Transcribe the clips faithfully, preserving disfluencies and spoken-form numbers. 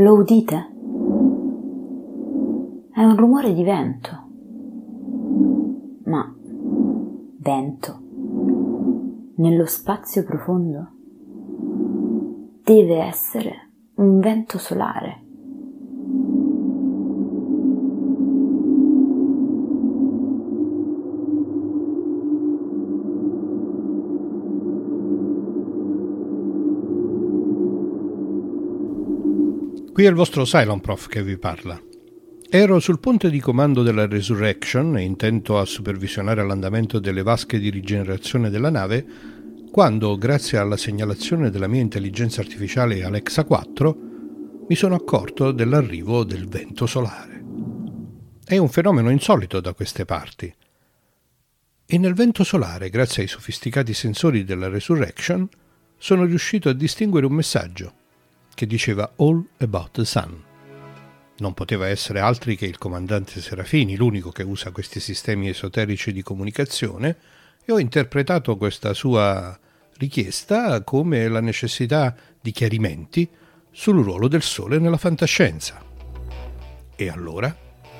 Lo udite? È un rumore di vento. Ma vento nello spazio profondo deve essere un vento solare. Qui è il vostro Cylon Prof che vi parla. Ero sul ponte di comando della Resurrection, intento a supervisionare l'andamento delle vasche di rigenerazione della nave, quando, grazie alla segnalazione della mia intelligenza artificiale Alexa quattro, mi sono accorto dell'arrivo del vento solare. È un fenomeno insolito da queste parti. E nel vento solare, grazie ai sofisticati sensori della Resurrection, sono riuscito a distinguere un messaggio che diceva All About the Sun. Non poteva essere altri che il comandante Serafini, l'unico che usa questi sistemi esoterici di comunicazione, e ho interpretato questa sua richiesta come la necessità di chiarimenti sul ruolo del Sole nella fantascienza. E allora?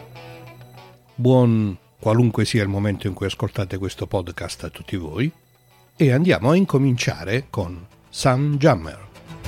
Buon qualunque sia il momento in cui ascoltate questo podcast a tutti voi, e andiamo a incominciare con Sunjammer.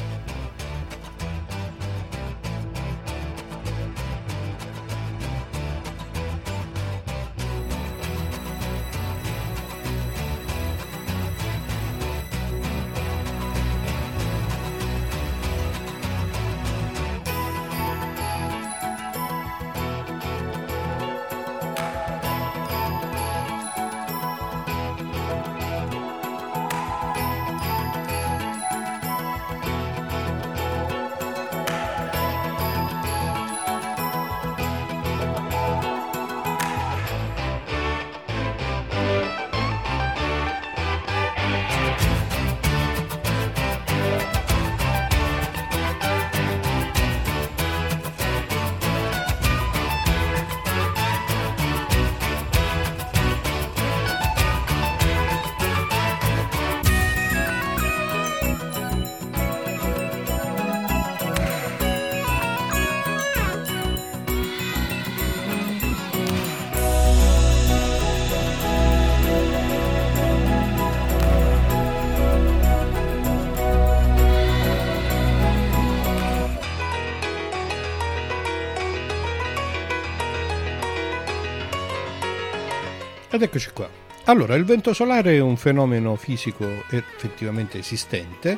Ed eccoci qua. Allora, il vento solare è un fenomeno fisico effettivamente esistente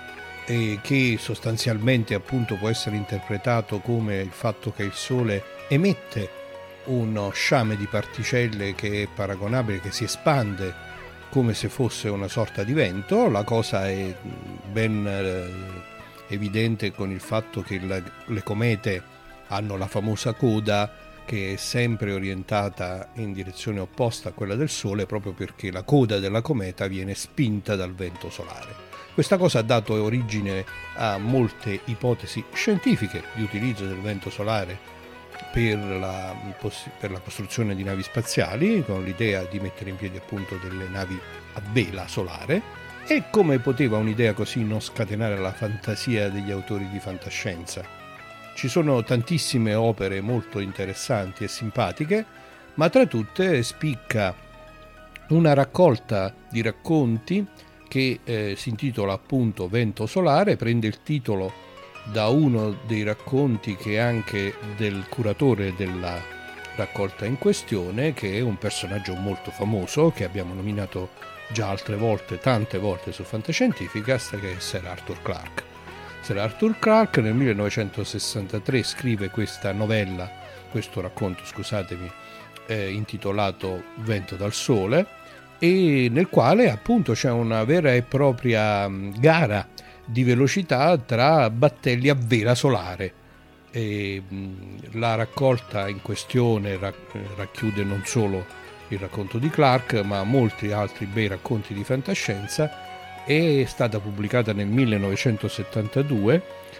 e che sostanzialmente appunto può essere interpretato come il fatto che il Sole emette uno sciame di particelle che è paragonabile, che si espande come se fosse una sorta di vento. La cosa è ben eh, evidente con il fatto che la, le comete hanno la famosa coda che è sempre orientata in direzione opposta a quella del Sole, proprio perché la coda della cometa viene spinta dal vento solare. Questa cosa ha dato origine a molte ipotesi scientifiche di utilizzo del vento solare per la, per la costruzione di navi spaziali, con l'idea di mettere in piedi appunto delle navi a vela solare. E come poteva un'idea così non scatenare la fantasia degli autori di fantascienza? Ci sono tantissime opere molto interessanti e simpatiche, ma tra tutte spicca una raccolta di racconti che eh, si intitola appunto Vento Solare, prende il titolo da uno dei racconti che è anche del curatore della raccolta in questione, che è un personaggio molto famoso che abbiamo nominato già altre volte, tante volte su Fantascientificast, che è Sir Arthur Clarke. Sir Arthur Clarke nel millenovecentosessantatré scrive questa novella, questo racconto, scusatemi, eh, intitolato Vento dal Sole, e nel quale appunto c'è una vera e propria mh, gara di velocità tra battelli a vela solare. E, mh, la raccolta in questione rac- racchiude non solo il racconto di Clarke, ma molti altri bei racconti di fantascienza. È stata pubblicata nel millenovecentosettantadue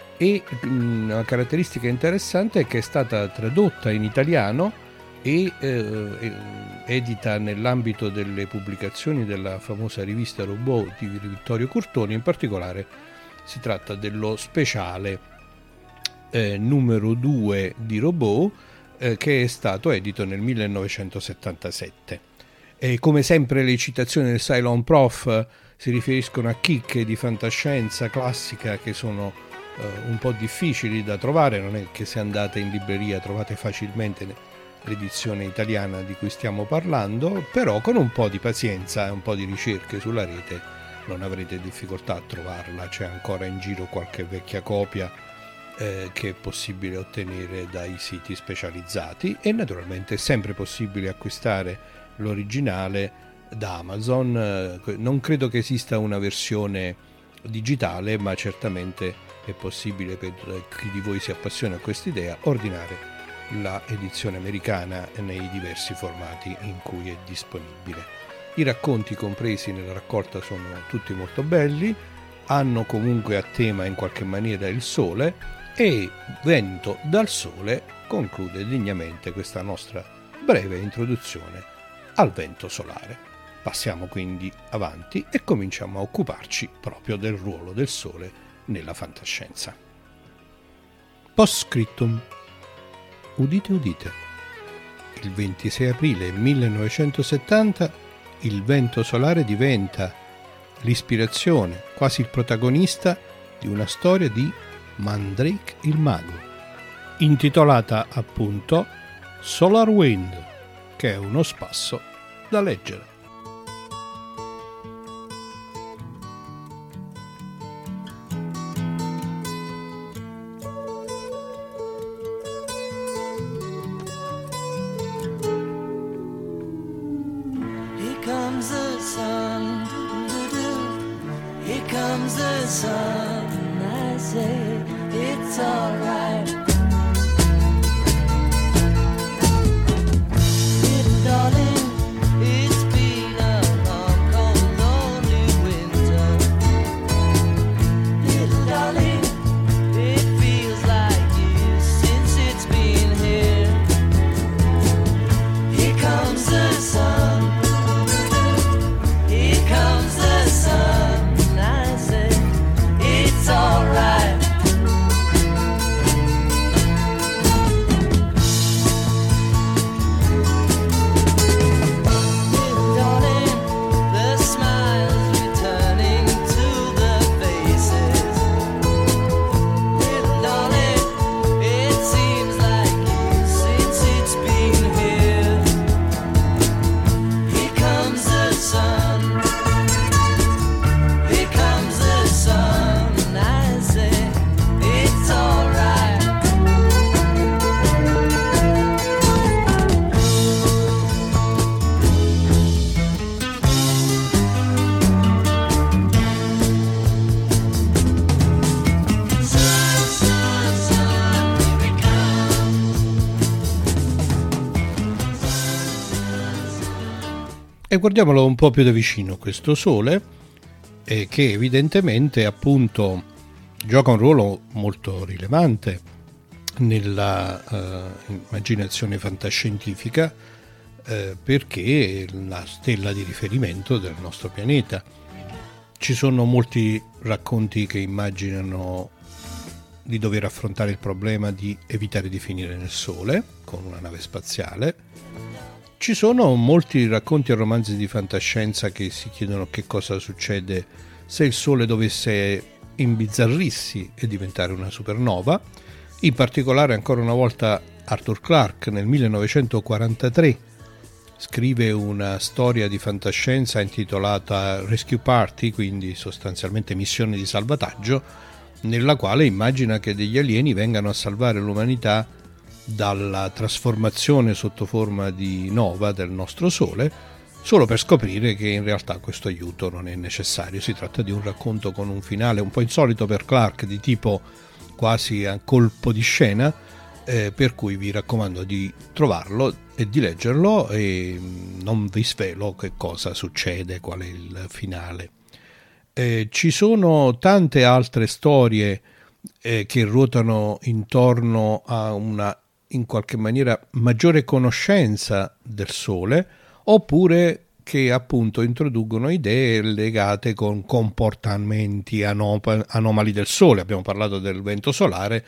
e una caratteristica interessante è che è stata tradotta in italiano e eh, edita nell'ambito delle pubblicazioni della famosa rivista Robot di Vittorio Curtoni. In particolare si tratta dello speciale eh, numero due di Robot, eh, che è stato edito nel millenovecentosettantasette. E come sempre le citazioni del Cylon Prof eh, si riferiscono a chicche di fantascienza classica che sono eh, un po' difficili da trovare. Non è che se andate in libreria trovate facilmente l'edizione italiana di cui stiamo parlando, però con un po' di pazienza e un po' di ricerche sulla rete non avrete difficoltà a trovarla. C'è ancora in giro qualche vecchia copia eh, che è possibile ottenere dai siti specializzati, e naturalmente è sempre possibile acquistare l'originale da Amazon. Non credo che esista una versione digitale, ma certamente è possibile, per chi di voi si appassiona a quest'idea, ordinare la edizione americana nei diversi formati in cui è disponibile. I racconti compresi nella raccolta sono tutti molto belli, hanno comunque a tema in qualche maniera il sole, e Vento dal Sole conclude degnamente questa nostra breve introduzione al vento solare. Passiamo quindi avanti e cominciamo a occuparci proprio del ruolo del Sole nella fantascienza. Post scriptum. Udite udite. Il ventisei aprile millenovecentosettanta il vento solare diventa l'ispirazione, quasi il protagonista, di una storia di Mandrake il Mago, intitolata appunto Solar Wind, che è uno spasso da leggere. E guardiamolo un po' più da vicino questo Sole, eh, che evidentemente appunto gioca un ruolo molto rilevante nella uh, immaginazione fantascientifica, eh, perché è la stella di riferimento del nostro pianeta. Ci sono molti racconti che immaginano di dover affrontare il problema di evitare di finire nel Sole con una nave spaziale. Ci sono molti racconti e romanzi di fantascienza che si chiedono che cosa succede se il Sole dovesse imbizzarrirsi e diventare una supernova. In particolare, ancora una volta, Arthur Clarke nel millenovecentoquarantatré scrive una storia di fantascienza intitolata Rescue Party, quindi sostanzialmente missione di salvataggio, nella quale immagina che degli alieni vengano a salvare l'umanità dalla trasformazione sotto forma di nova del nostro Sole, solo per scoprire che in realtà questo aiuto non è necessario. Si tratta di un racconto con un finale un po' insolito per Clarke, di tipo quasi a colpo di scena, eh, per cui vi raccomando di trovarlo e di leggerlo, e non vi svelo che cosa succede, qual è il finale. Eh, ci sono tante altre storie eh, che ruotano intorno a una in qualche maniera maggiore conoscenza del Sole, oppure che appunto introducono idee legate con comportamenti anom- anomali del Sole. Abbiamo parlato del vento solare,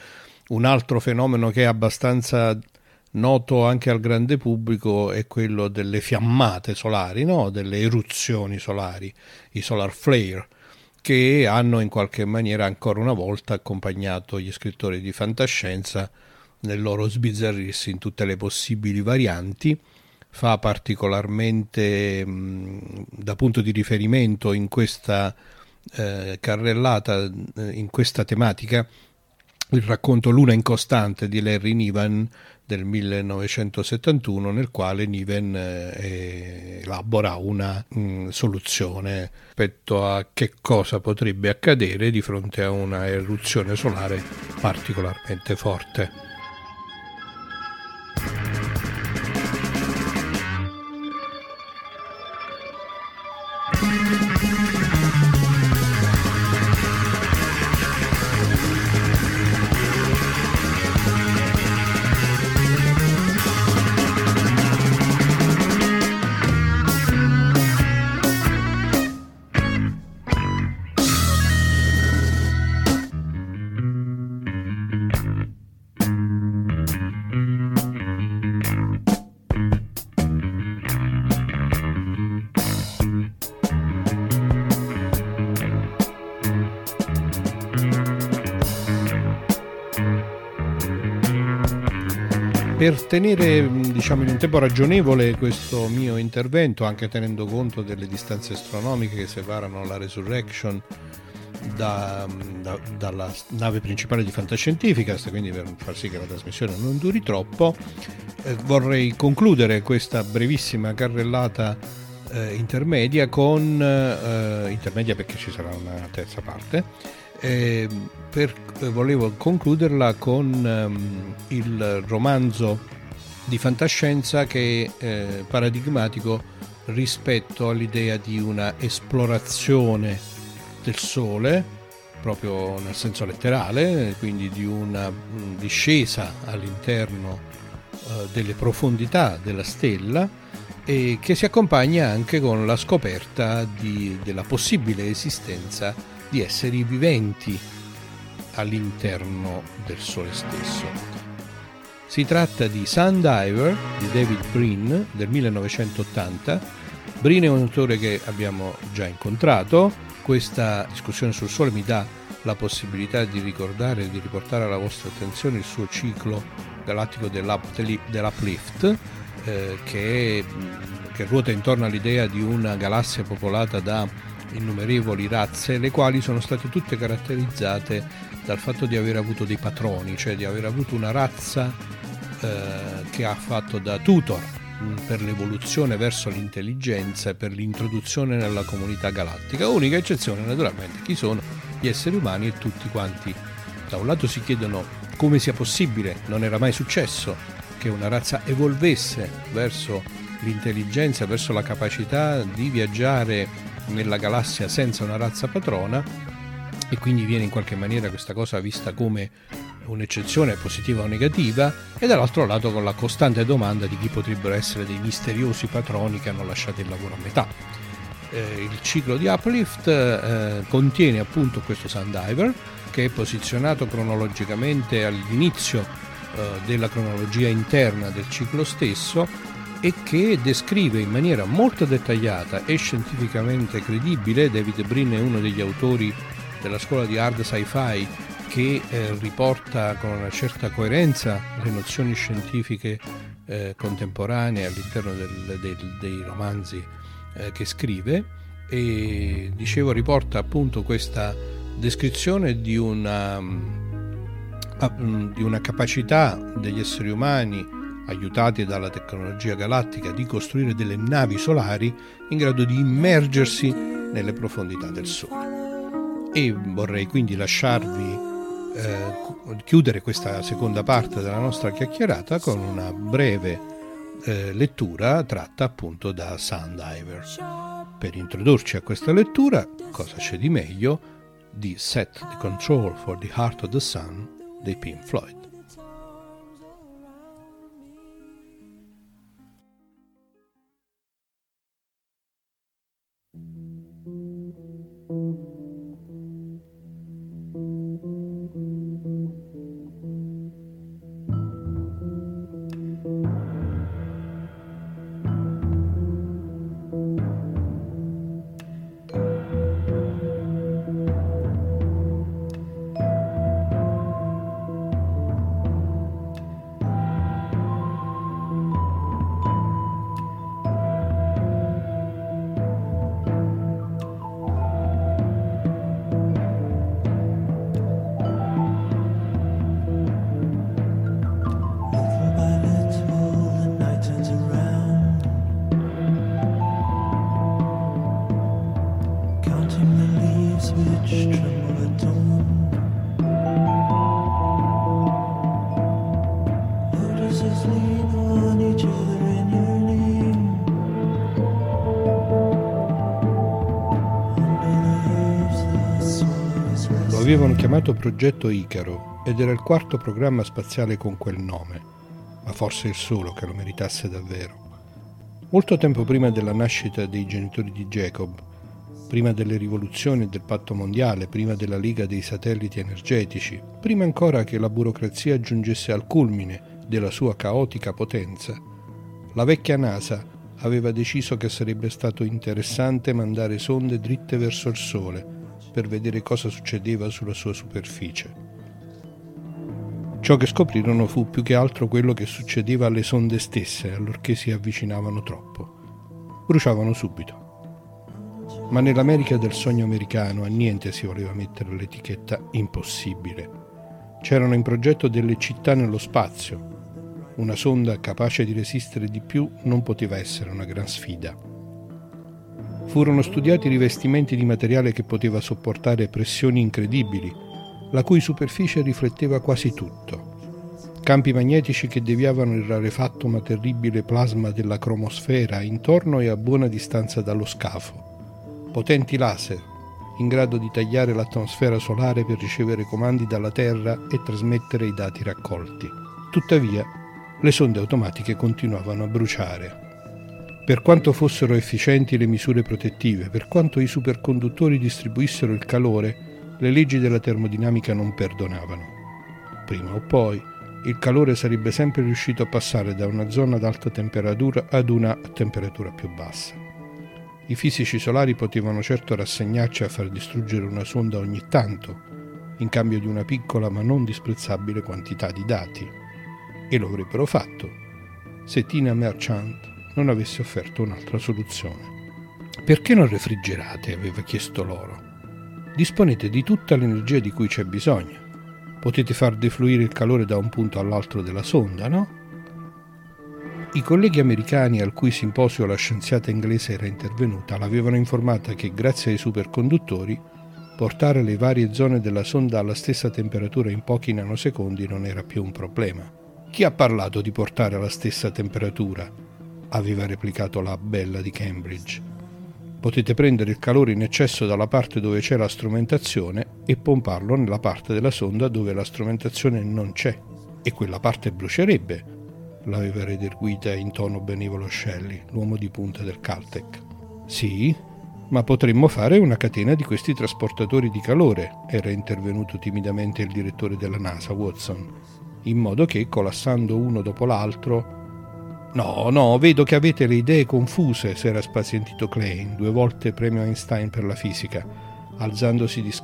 Un altro fenomeno che è abbastanza noto anche al grande pubblico è quello delle fiammate solari, no? Delle eruzioni solari, i solar flare, che hanno in qualche maniera ancora una volta accompagnato gli scrittori di fantascienza nel loro sbizzarrirsi in tutte le possibili varianti. Fa particolarmente mh, da punto di riferimento in questa eh, carrellata, in questa tematica, il racconto Luna incostante di Larry Niven del millenovecentosettantuno, nel quale Niven eh, elabora una mh, soluzione rispetto a che cosa potrebbe accadere di fronte a una eruzione solare particolarmente forte. Per tenere, diciamo, in un tempo ragionevole questo mio intervento, anche tenendo conto delle distanze astronomiche che separano la Resurrection da, da, dalla nave principale di Fantascientificast, quindi per far sì che la trasmissione non duri troppo, eh, vorrei concludere questa brevissima carrellata eh, intermedia con eh, intermedia perché ci sarà una terza parte. Eh, per, eh, volevo concluderla con ehm, il romanzo di fantascienza che è eh, paradigmatico rispetto all'idea di una esplorazione del Sole, proprio nel senso letterale, quindi di una mh, discesa all'interno eh, delle profondità della stella, e che si accompagna anche con la scoperta di, della possibile esistenza di esseri viventi all'interno del Sole stesso. Si tratta di Sundiver di David Brin del millenovecentottanta. Brin è un autore che abbiamo già incontrato. Questa discussione sul Sole mi dà la possibilità di ricordare e di riportare alla vostra attenzione il suo ciclo galattico dell'Uplift, eh, che, che ruota intorno all'idea di una galassia popolata da innumerevoli razze, le quali sono state tutte caratterizzate dal fatto di aver avuto dei patroni, cioè di aver avuto una razza eh, che ha fatto da tutor mh, per l'evoluzione verso l'intelligenza e per l'introduzione nella comunità galattica. Unica eccezione naturalmente chi sono gli esseri umani, e tutti quanti da un lato si chiedono come sia possibile, non era mai successo che una razza evolvesse verso l'intelligenza, verso la capacità di viaggiare nella galassia senza una razza patrona, e quindi viene in qualche maniera questa cosa vista come un'eccezione positiva o negativa, e dall'altro lato con la costante domanda di chi potrebbero essere dei misteriosi patroni che hanno lasciato il lavoro a metà. Eh, il ciclo di Uplift eh, contiene appunto questo Sundiver, che è posizionato cronologicamente all'inizio eh, della cronologia interna del ciclo stesso, e che descrive in maniera molto dettagliata e scientificamente credibile. David Brin è uno degli autori della scuola di hard sci-fi che eh, riporta con una certa coerenza le nozioni scientifiche eh, contemporanee all'interno del, del, dei romanzi eh, che scrive, e dicevo riporta appunto questa descrizione di una, di una capacità degli esseri umani, aiutati dalla tecnologia galattica, di costruire delle navi solari in grado di immergersi nelle profondità del Sole. E vorrei quindi lasciarvi eh, chiudere questa seconda parte della nostra chiacchierata con una breve eh, lettura tratta appunto da Sundiver. Per introdurci a questa lettura, cosa c'è di meglio di Set the Control for the Heart of the Sun dei Pink Floyd. Lo avevano chiamato Progetto Icaro ed era il quarto programma spaziale con quel nome, ma forse il solo che lo meritasse davvero. Molto tempo prima della nascita dei genitori di Jacob, prima delle rivoluzioni e del patto mondiale, prima della Liga dei satelliti energetici, prima ancora che la burocrazia giungesse al culmine della sua caotica potenza, la vecchia NASA aveva deciso che sarebbe stato interessante mandare sonde dritte verso il Sole per vedere cosa succedeva sulla sua superficie. Ciò che scoprirono fu più che altro quello che succedeva alle sonde stesse allorché si avvicinavano troppo. Bruciavano subito. Ma nell'America del sogno americano a niente si voleva mettere l'etichetta impossibile. C'erano in progetto delle città nello spazio. Una sonda capace di resistere di più non poteva essere una gran sfida. Furono studiati rivestimenti di materiale che poteva sopportare pressioni incredibili, la cui superficie rifletteva quasi tutto. Campi magnetici che deviavano il rarefatto ma terribile plasma della cromosfera intorno e a buona distanza dallo scafo. Potenti laser, in grado di tagliare l'atmosfera solare per ricevere comandi dalla Terra e trasmettere i dati raccolti. Tuttavia, le sonde automatiche continuavano a bruciare. Per quanto fossero efficienti le misure protettive, per quanto i superconduttori distribuissero il calore, le leggi della termodinamica non perdonavano. Prima o poi, il calore sarebbe sempre riuscito a passare da una zona ad alta temperatura ad una temperatura più bassa. I fisici solari potevano certo rassegnarci a far distruggere una sonda ogni tanto, in cambio di una piccola ma non disprezzabile quantità di dati. E lo avrebbero fatto, se Tina Merchant non avesse offerto un'altra soluzione. «Perché non refrigerate?» aveva chiesto loro. «Disponete di tutta l'energia di cui c'è bisogno. Potete far defluire il calore da un punto all'altro della sonda, no?» I colleghi americani al cui simposio la scienziata inglese era intervenuta l'avevano informata che, grazie ai superconduttori, portare le varie zone della sonda alla stessa temperatura in pochi nanosecondi non era più un problema. «Chi ha parlato di portare alla stessa temperatura?» aveva replicato la bella di Cambridge. «Potete prendere il calore in eccesso dalla parte dove c'è la strumentazione e pomparlo nella parte della sonda dove la strumentazione non c'è, e quella parte brucierebbe», l'aveva redarguita in tono benevolo Shelley, l'uomo di punta del Caltech. «Sì, ma potremmo fare una catena di questi trasportatori di calore», era intervenuto timidamente il direttore della NASA, Watson, in modo che, collassando uno dopo l'altro... «No, no, vedo che avete le idee confuse», s'era spazientito Klein, due volte premio Einstein per la fisica, alzandosi di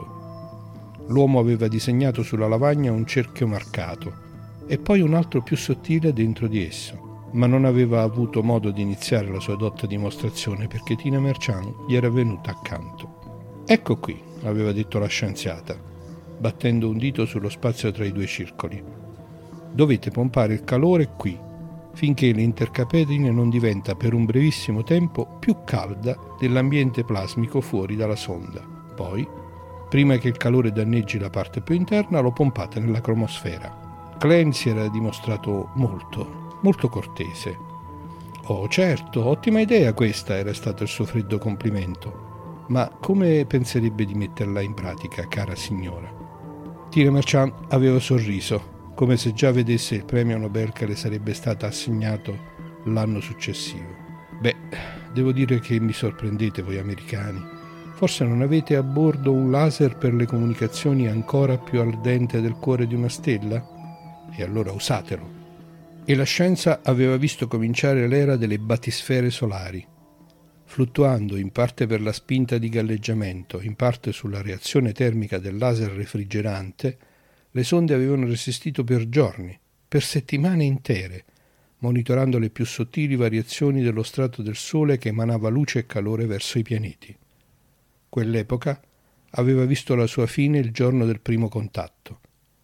scatto. L'uomo aveva disegnato sulla lavagna un cerchio marcato e poi un altro più sottile dentro di esso, ma non aveva avuto modo di iniziare la sua dotta dimostrazione perché Tina Merchant gli era venuta accanto. «Ecco qui», aveva detto la scienziata, battendo un dito sullo spazio tra i due circoli. «Dovete pompare il calore qui, finché l'intercapedine non diventa per un brevissimo tempo più calda dell'ambiente plasmico fuori dalla sonda. Poi, prima che il calore danneggi la parte più interna, lo pompate nella cromosfera». Klein si era dimostrato molto, molto cortese. «Oh, certo, ottima idea questa», era stato il suo freddo complimento. «Ma come penserebbe di metterla in pratica, cara signora?» Tina Merchant aveva sorriso, come se già vedesse il premio Nobel che le sarebbe stato assegnato l'anno successivo. «Beh, devo dire che mi sorprendete voi americani. Forse non avete a bordo un laser per le comunicazioni ancora più ardente del cuore di una stella? E allora usatelo». E la scienza aveva visto cominciare l'era delle batisfere solari. Fluttuando in parte per la spinta di galleggiamento, in parte sulla reazione termica del laser refrigerante, le sonde avevano resistito per giorni, per settimane intere, monitorando le più sottili variazioni dello strato del Sole che emanava luce e calore verso i pianeti. Quell'epoca aveva visto la sua fine il giorno del primo contatto,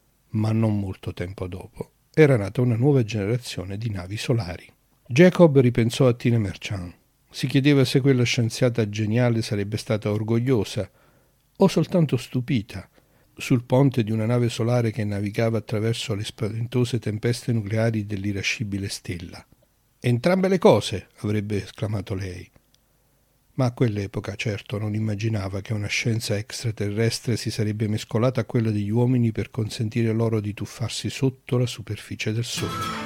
ma non molto tempo dopo era nata una nuova generazione di navi solari. Jacob ripensò a Tina Merchant. Si chiedeva se quella scienziata geniale sarebbe stata orgogliosa o soltanto stupita, sul ponte di una nave solare che navigava attraverso le spaventose tempeste nucleari dell'irascibile stella. Entrambe le cose, avrebbe esclamato lei. Ma a quell'epoca certo non immaginava che una scienza extraterrestre si sarebbe mescolata a quella degli uomini per consentire loro di tuffarsi sotto la superficie del Sole.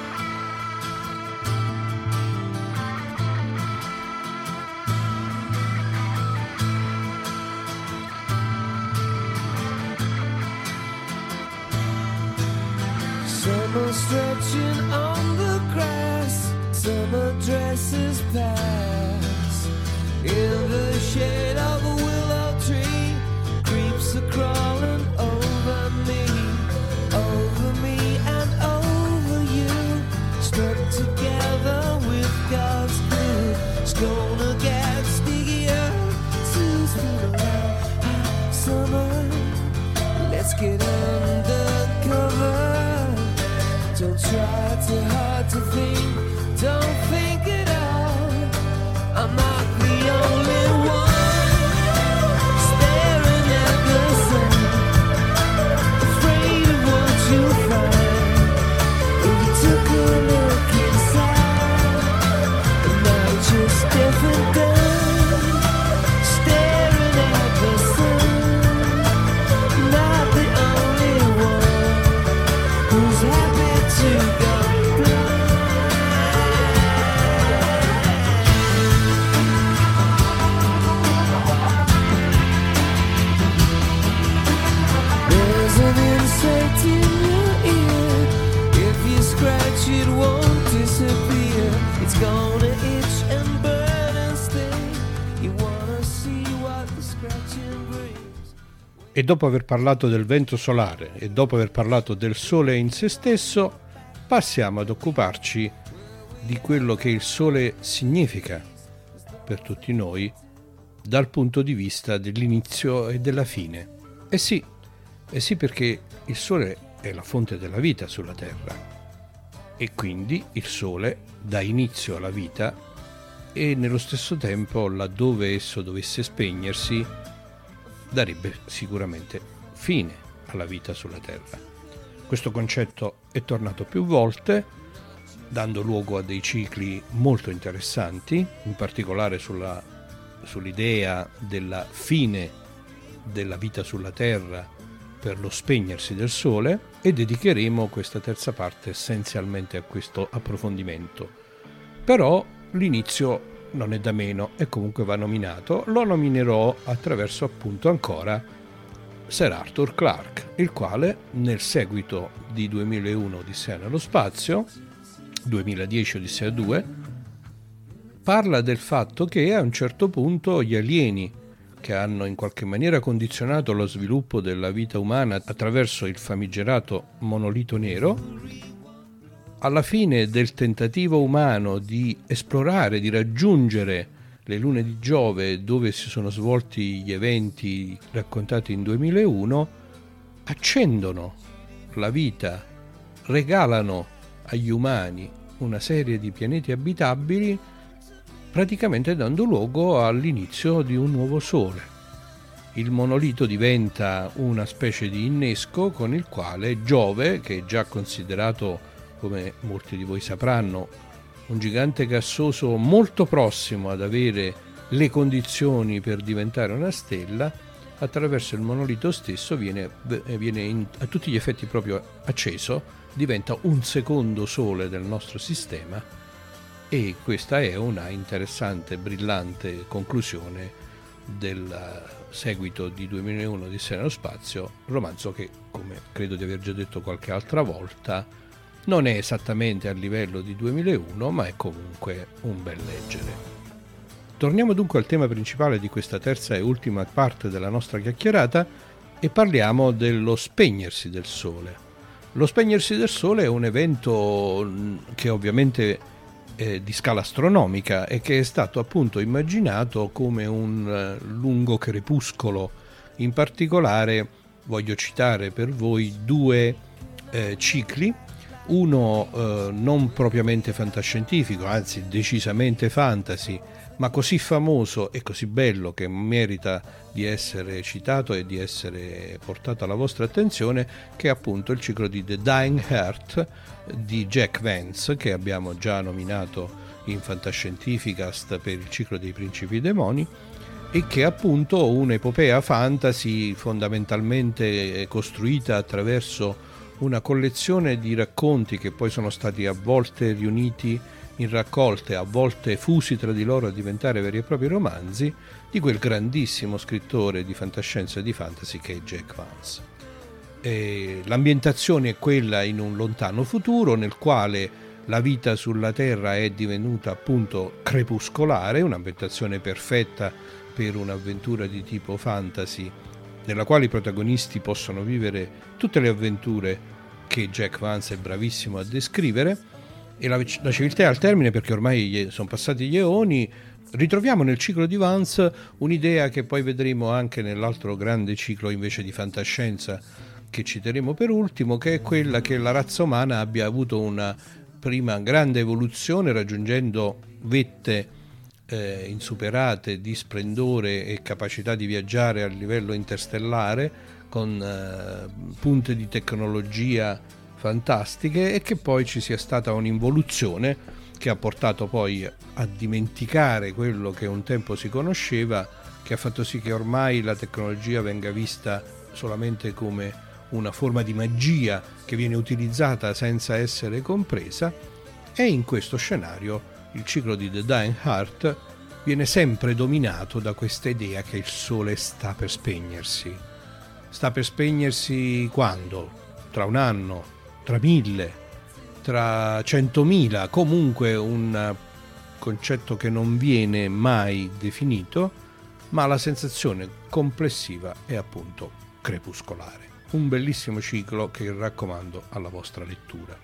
Summer stretching on the grass, summer dresses pass. In the shade of a willow tree, creeps are crawling over me, over me and over you. Stuck together with God's glue, it's gonna get stickier to spin around. Summer, let's get undercover. Don't try too hard to think, don't think it out. I'm not the only one staring at the sun, afraid of what you find if you took a look inside. And now you're just deaf and dumb, staring at the sun. Not the only one who's happy to go blind. There's an insect in your ear, if you scratch it won't disappear. It's gonna itch and burn and sting. You wanna see what the scratching brings. E dopo aver parlato del vento solare e dopo aver parlato del Sole in se stesso, passiamo ad occuparci di quello che il Sole significa per tutti noi dal punto di vista dell'inizio e della fine. E sì, e sì perché il Sole è la fonte della vita sulla Terra e quindi il Sole dà inizio alla vita e nello stesso tempo, laddove esso dovesse spegnersi, darebbe sicuramente fine alla vita sulla Terra. Questo concetto è tornato più volte, dando luogo a dei cicli molto interessanti, in particolare sulla, sull'idea della fine della vita sulla Terra per lo spegnersi del Sole, e dedicheremo questa terza parte essenzialmente a questo approfondimento. Però l'inizio non è da meno e comunque va nominato. Lo nominerò attraverso appunto ancora Sir Arthur Clarke, il quale nel seguito di duemilauno Odissea nello spazio, duemiladieci Odissea due, parla del fatto che a un certo punto gli alieni, che hanno in qualche maniera condizionato lo sviluppo della vita umana attraverso il famigerato monolito nero, alla fine del tentativo umano di esplorare, di raggiungere le lune di Giove, dove si sono svolti gli eventi raccontati in duemilauno, accendono la vita, regalano agli umani una serie di pianeti abitabili, praticamente dando luogo all'inizio di un nuovo Sole. Il monolito diventa una specie di innesco con il quale Giove, che è già considerato, come molti di voi sapranno, un gigante gassoso molto prossimo ad avere le condizioni per diventare una stella, attraverso il monolito stesso viene, viene in, a tutti gli effetti proprio acceso, diventa un secondo Sole del nostro sistema, e questa è una interessante, brillante conclusione del seguito di duemilauno Odissea nello spazio, romanzo che, come credo di aver già detto qualche altra volta, non è esattamente a livello di duemilauno, ma è comunque un bel leggere. Torniamo dunque al tema principale di questa terza e ultima parte della nostra chiacchierata e parliamo dello spegnersi del Sole. Lo spegnersi del Sole è un evento che ovviamente è di scala astronomica e che è stato appunto immaginato come un lungo crepuscolo. In particolare voglio citare per voi due eh, cicli, uno eh, non propriamente fantascientifico, anzi decisamente fantasy, ma così famoso e così bello che merita di essere citato e di essere portato alla vostra attenzione, che è appunto il ciclo di The Dying Heart di Jack Vance, che abbiamo già nominato in Fantascientificast per il ciclo dei Principi Demoni, e che è appunto un'epopea fantasy fondamentalmente costruita attraverso una collezione di racconti che poi sono stati a volte riuniti in raccolte, a volte fusi tra di loro a diventare veri e propri romanzi, di quel grandissimo scrittore di fantascienza e di fantasy che è Jack Vance. E l'ambientazione è quella in un lontano futuro nel quale la vita sulla Terra è divenuta appunto crepuscolare, un'ambientazione perfetta per un'avventura di tipo fantasy, nella quale i protagonisti possono vivere tutte le avventure che Jack Vance è bravissimo a descrivere. E la, la civiltà è al termine, perché ormai sono passati gli eoni. Ritroviamo nel ciclo di Vance un'idea che poi vedremo anche nell'altro grande ciclo invece di fantascienza che citeremo per ultimo, che è quella che la razza umana abbia avuto una prima grande evoluzione, raggiungendo vette eh, insuperate di splendore e capacità di viaggiare a livello interstellare, con eh, punte di tecnologia fantastiche, e che poi ci sia stata un'involuzione che ha portato poi a dimenticare quello che un tempo si conosceva, che ha fatto sì che ormai la tecnologia venga vista solamente come una forma di magia che viene utilizzata senza essere compresa. E in questo scenario il ciclo di The Dying Heart viene sempre dominato da questa idea che il sole sta per spegnersi. Sta per spegnersi quando? Tra un anno, tra mille, tra centomila, comunque un concetto che non viene mai definito, ma la sensazione complessiva è appunto crepuscolare. Un bellissimo ciclo che raccomando alla vostra lettura.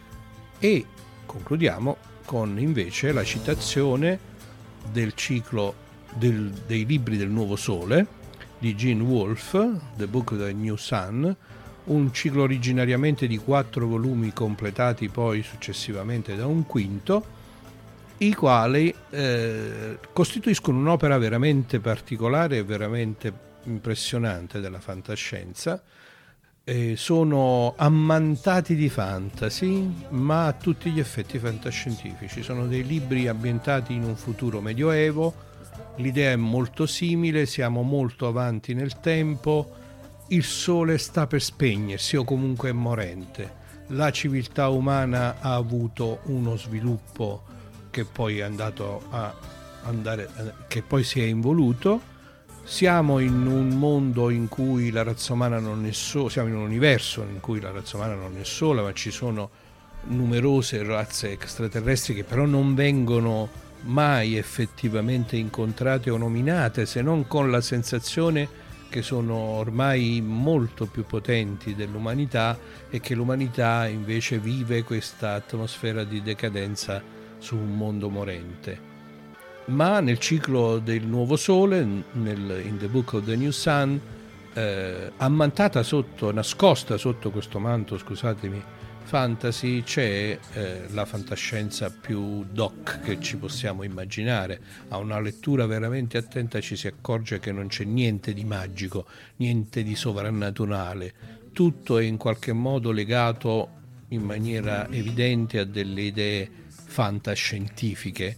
E concludiamo con invece la citazione del ciclo del, dei libri del Nuovo Sole di Gene Wolfe, The Book of the New Sun, un ciclo originariamente di quattro volumi completati poi successivamente da un quinto, i quali eh, costituiscono un'opera veramente particolare e veramente impressionante della fantascienza. Eh, sono ammantati di fantasy, ma a tutti gli effetti fantascientifici. Sono dei libri ambientati in un futuro medioevo, l'idea è molto simile, siamo molto avanti nel tempo, il sole sta per spegnersi o comunque è morente, la civiltà umana ha avuto uno sviluppo che poi è andato a andare, che poi si è involuto. Siamo in un mondo in cui la razza umana non è sola, siamo in un universo in cui la razza umana non è sola, ma ci sono numerose razze extraterrestri che però non vengono mai effettivamente incontrate o nominate, se non con la sensazione che sono ormai molto più potenti dell'umanità e che l'umanità invece vive questa atmosfera di decadenza su un mondo morente. Ma nel ciclo del Nuovo Sole, nel, in The Book of the New Sun, eh, ammantata sotto, nascosta sotto questo manto, scusatemi, fantasy, c'è eh, la fantascienza più doc che ci possiamo immaginare. A una lettura veramente attenta ci si accorge che non c'è niente di magico, niente di sovrannaturale, tutto è in qualche modo legato in maniera evidente a delle idee fantascientifiche.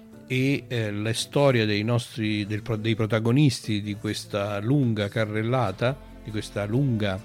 E eh, la storia dei nostri del, dei protagonisti di questa lunga carrellata, di questa lunga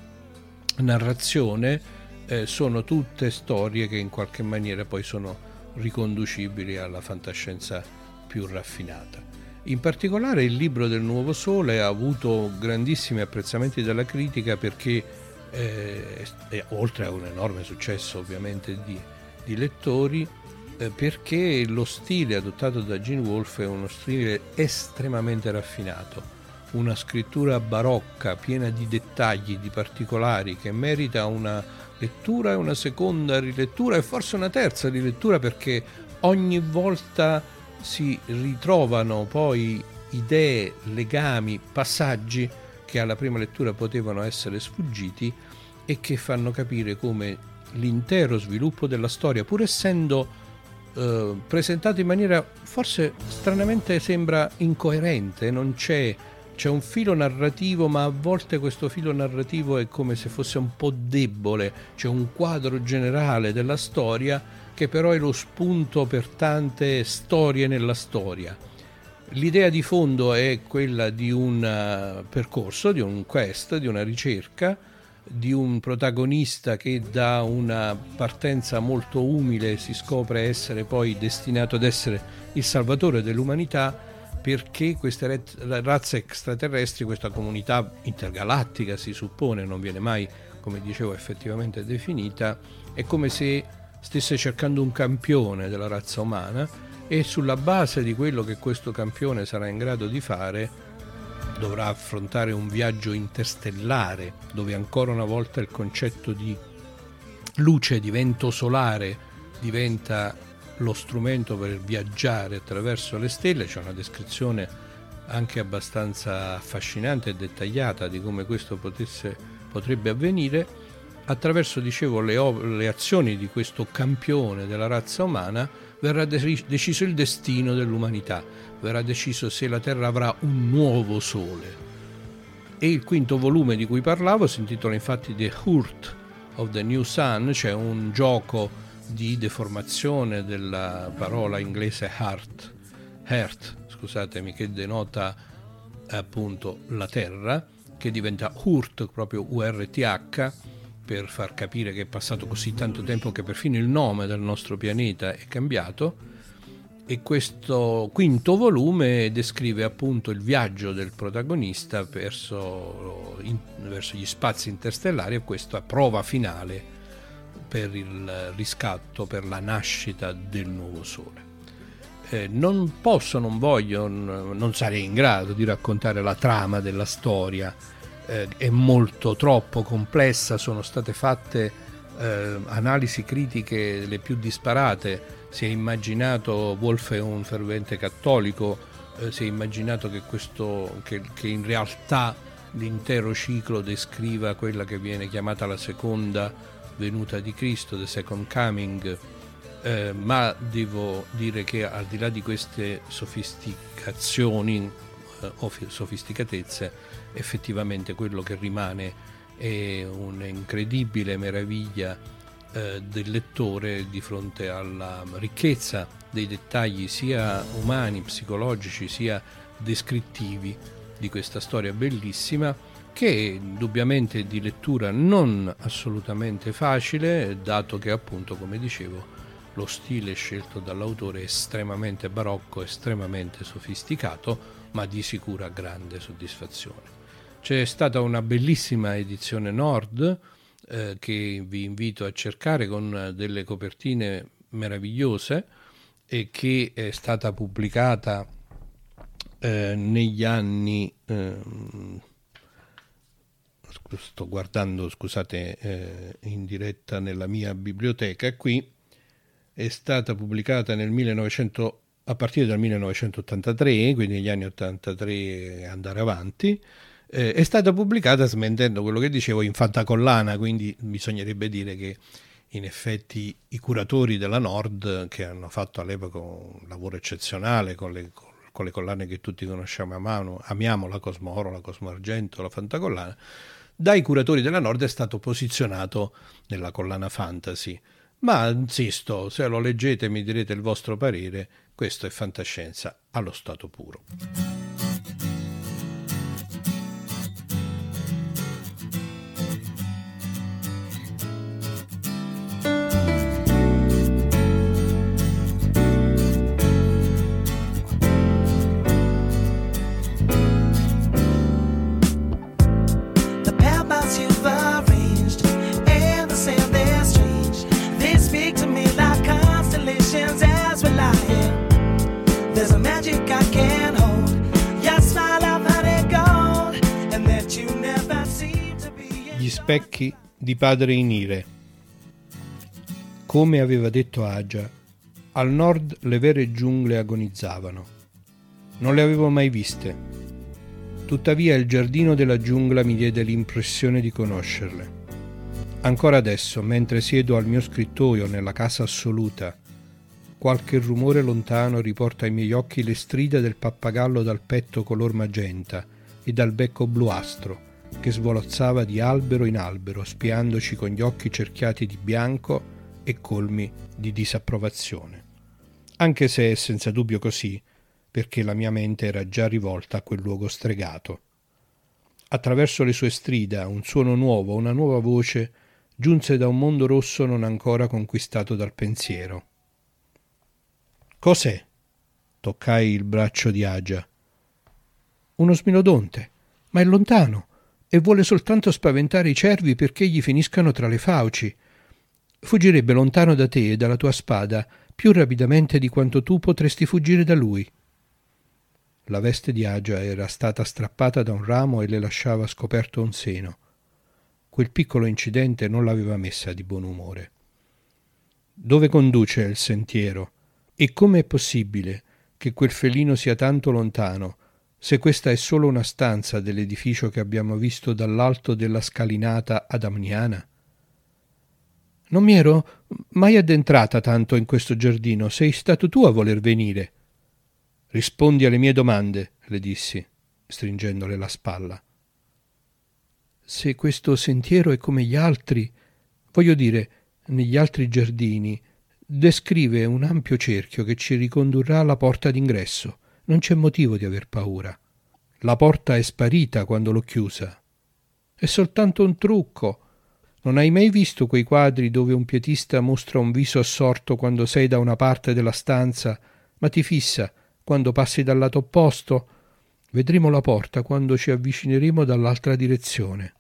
narrazione, eh, sono tutte storie che in qualche maniera poi sono riconducibili alla fantascienza più raffinata. In particolare il libro del Nuovo Sole ha avuto grandissimi apprezzamenti dalla critica perché eh, è, oltre a un enorme successo ovviamente di, di lettori, perché lo stile adottato da Gene Wolfe è uno stile estremamente raffinato, una scrittura barocca piena di dettagli, di particolari, che merita una lettura e una seconda rilettura e forse una terza rilettura, perché ogni volta si ritrovano poi idee, legami, passaggi che alla prima lettura potevano essere sfuggiti e che fanno capire come l'intero sviluppo della storia, pur essendo eh, presentato in maniera forse stranamente sembra incoerente, non c'è, c'è un filo narrativo, ma a volte questo filo narrativo è come se fosse un po' debole, c'è un quadro generale della storia che però è lo spunto per tante storie nella storia. L'idea di fondo è quella di un percorso, di un quest, di una ricerca, di un protagonista che da una partenza molto umile si scopre essere poi destinato ad essere il salvatore dell'umanità, perché queste razze extraterrestri, questa comunità intergalattica si suppone, non viene mai, come dicevo, effettivamente definita, è come se stesse cercando un campione della razza umana, e sulla base di quello che questo campione sarà in grado di fare dovrà affrontare un viaggio interstellare, dove ancora una volta il concetto di luce, di vento solare diventa lo strumento per viaggiare attraverso le stelle. C'è una descrizione anche abbastanza affascinante e dettagliata di come questo potesse, potrebbe avvenire. Attraverso, dicevo, le, le azioni di questo campione della razza umana verrà de- deciso il destino dell'umanità, verrà deciso se la Terra avrà un nuovo sole. E il quinto volume di cui parlavo si intitola infatti The Hurt of the New Sun, cioè un gioco di deformazione della parola inglese heart, heart, scusatemi, che denota appunto la Terra, che diventa Hurt, proprio U R T H, per far capire che è passato così tanto tempo che perfino il nome del nostro pianeta è cambiato. E questo quinto volume descrive appunto il viaggio del protagonista verso, in, verso gli spazi interstellari, e questa prova finale per il riscatto, per la nascita del nuovo sole. Eh, non posso, non voglio, non sarei in grado di raccontare la trama della storia, eh, è molto troppo complessa, sono state fatte eh, analisi critiche le più disparate. Si è immaginato, Wolf è un fervente cattolico, eh, si è immaginato che, questo, che, che in realtà l'intero ciclo descriva quella che viene chiamata la seconda venuta di Cristo, the second coming, eh, ma devo dire che al di là di queste sofisticazioni eh, o sofisticatezze, effettivamente quello che rimane è un'incredibile meraviglia eh, del lettore di fronte alla ricchezza dei dettagli sia umani, psicologici, sia descrittivi di questa storia bellissima, che è indubbiamente di lettura non assolutamente facile, dato che appunto, come dicevo, lo stile scelto dall'autore è estremamente barocco, estremamente sofisticato, ma di sicura grande soddisfazione. C'è stata una bellissima edizione Nord eh, che vi invito a cercare, con delle copertine meravigliose, e che è stata pubblicata eh, negli anni eh, sto guardando, scusate, eh, in diretta nella mia biblioteca. Qui è stata pubblicata nel millenovecento, a partire dal millenovecentottantatré, quindi negli anni ottantatré andare avanti. Eh, è stata pubblicata, smentendo quello che dicevo, in fantacollana, quindi bisognerebbe dire che in effetti i curatori della Nord, che hanno fatto all'epoca un lavoro eccezionale con le, con le collane che tutti conosciamo a mano, amiamo, la Cosmo Oro, la Cosmo Argento, la fantacollana, dai curatori della Nord è stato posizionato nella collana fantasy. Ma insisto, se lo leggete mi direte il vostro parere, questo è fantascienza allo stato puro. Gli specchi di padre Inire. Come aveva detto Aja, al nord le vere giungle agonizzavano. Non le avevo mai viste. Tuttavia il giardino della giungla mi diede l'impressione di conoscerle. Ancora adesso, mentre siedo al mio scrittoio nella casa assoluta, Qualche rumore lontano riporta ai miei occhi le strida del pappagallo dal petto color magenta e dal becco bluastro, che svolazzava di albero in albero, spiandoci con gli occhi cerchiati di bianco e colmi di disapprovazione. Anche se è senza dubbio così, perché la mia mente era già rivolta a quel luogo stregato. Attraverso le sue strida, un suono nuovo, una nuova voce, giunse da un mondo rosso non ancora conquistato dal pensiero. «Cos'è?» Toccai il braccio di Agia. «Uno smilodonte, ma è lontano e vuole soltanto spaventare i cervi perché gli finiscano tra le fauci. Fuggirebbe lontano da te e dalla tua spada più rapidamente di quanto tu potresti fuggire da lui». La veste di Agia era stata strappata da un ramo e le lasciava scoperto un seno. Quel piccolo incidente non l'aveva messa di buon umore. «Dove conduce il sentiero? E come è possibile che quel felino sia tanto lontano, se questa è solo una stanza dell'edificio che abbiamo visto dall'alto della scalinata ad Amniana?» «Non mi ero mai addentrata tanto in questo giardino, sei stato tu a voler venire». «Rispondi alle mie domande», le dissi, stringendole la spalla. «Se questo sentiero è come gli altri, voglio dire, negli altri giardini, descrive un ampio cerchio che ci ricondurrà alla porta d'ingresso. Non c'è motivo di aver paura. La porta è sparita quando l'ho chiusa. È soltanto un trucco. Non hai mai visto quei quadri dove un pietista mostra un viso assorto quando sei da una parte della stanza, ma ti fissa quando passi dal lato opposto? Vedremo la porta quando ci avvicineremo dall'altra direzione».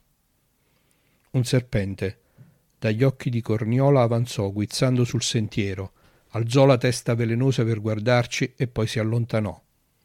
Un serpente, dagli occhi di corniola, avanzò guizzando sul sentiero, alzò la testa velenosa per guardarci e poi si allontanò.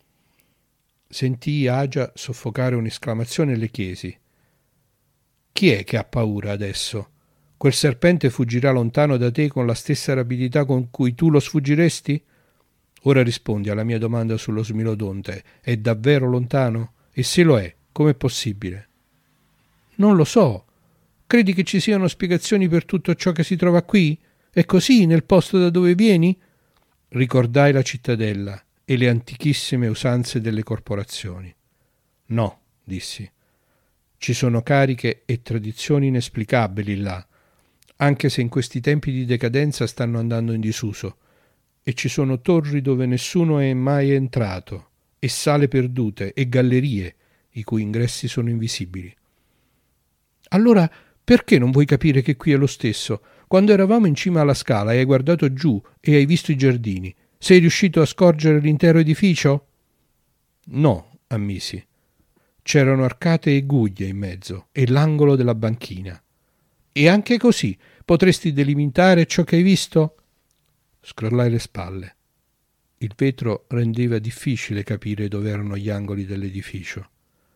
Sentii Agia soffocare un'esclamazione e le chiesi: «Chi è che ha paura adesso? Quel serpente fuggirà lontano da te con la stessa rapidità con cui tu lo sfuggiresti? Ora rispondi alla mia domanda sullo smilodonte. È davvero lontano? E se lo è, com'è possibile?» «Non lo so. Credi che ci siano spiegazioni per tutto ciò che si trova qui? È così nel posto da dove vieni?» Ricordai la cittadella e le antichissime usanze delle corporazioni. «No», dissi. «Ci sono cariche e tradizioni inesplicabili là, anche se in questi tempi di decadenza stanno andando in disuso, e ci sono torri dove nessuno è mai entrato, e sale perdute e gallerie i cui ingressi sono invisibili». «Allora perché non vuoi capire che qui è lo stesso? Quando eravamo in cima alla scala e hai guardato giù e hai visto i giardini, sei riuscito a scorgere l'intero edificio?» «No», ammisi. «C'erano arcate e guglie in mezzo e l'angolo della banchina». «E anche così potresti delimitare ciò che hai visto?» Scrollai le spalle. Il vetro rendeva difficile capire dove erano gli angoli dell'edificio.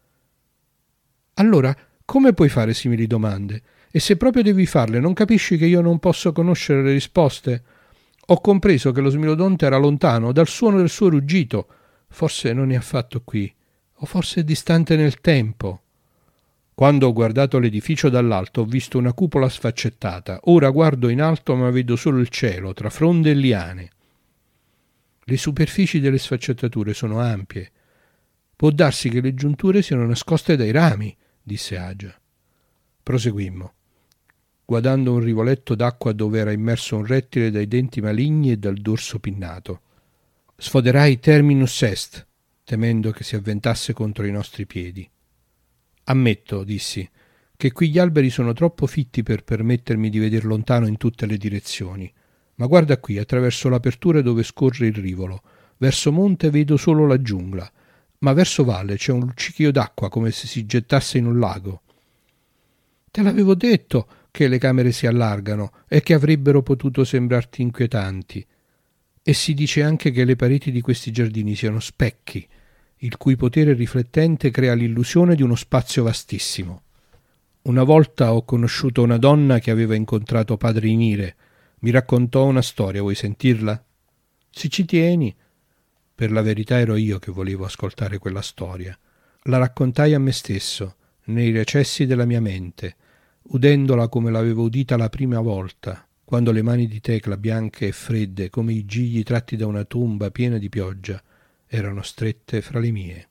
«Allora, come puoi fare simili domande? E se proprio devi farle, non capisci che io non posso conoscere le risposte? Ho compreso che lo smilodonte era lontano, dal suono del suo ruggito. Forse non è affatto qui, o forse è distante nel tempo. Quando ho guardato l'edificio dall'alto ho visto una cupola sfaccettata. Ora guardo in alto ma vedo solo il cielo, tra fronde e liane. Le superfici delle sfaccettature sono ampie. Può darsi che le giunture siano nascoste dai rami», disse Agia. Proseguimmo, guardando un rivoletto d'acqua dove era immerso un rettile dai denti maligni e dal dorso pinnato. Sfoderai terminus est, temendo che si avventasse contro i nostri piedi. «Ammetto», dissi, «che qui gli alberi sono troppo fitti per permettermi di veder lontano in tutte le direzioni. Ma guarda qui, attraverso l'apertura dove scorre il rivolo. Verso monte vedo solo la giungla, ma verso valle c'è un luccichio d'acqua come se si gettasse in un lago». «Te l'avevo detto che le camere si allargano e che avrebbero potuto sembrarti inquietanti. E si dice anche che le pareti di questi giardini siano specchi, il cui potere riflettente crea l'illusione di uno spazio vastissimo. Una volta ho conosciuto una donna che aveva incontrato padre Inire. Mi raccontò una storia, vuoi sentirla?» «Se ci tieni». Per la verità ero io che volevo ascoltare quella storia. La raccontai a me stesso, nei recessi della mia mente, udendola come l'avevo udita la prima volta, quando le mani di Tecla, bianche e fredde come i gigli tratti da una tomba piena di pioggia, erano strette fra le mie.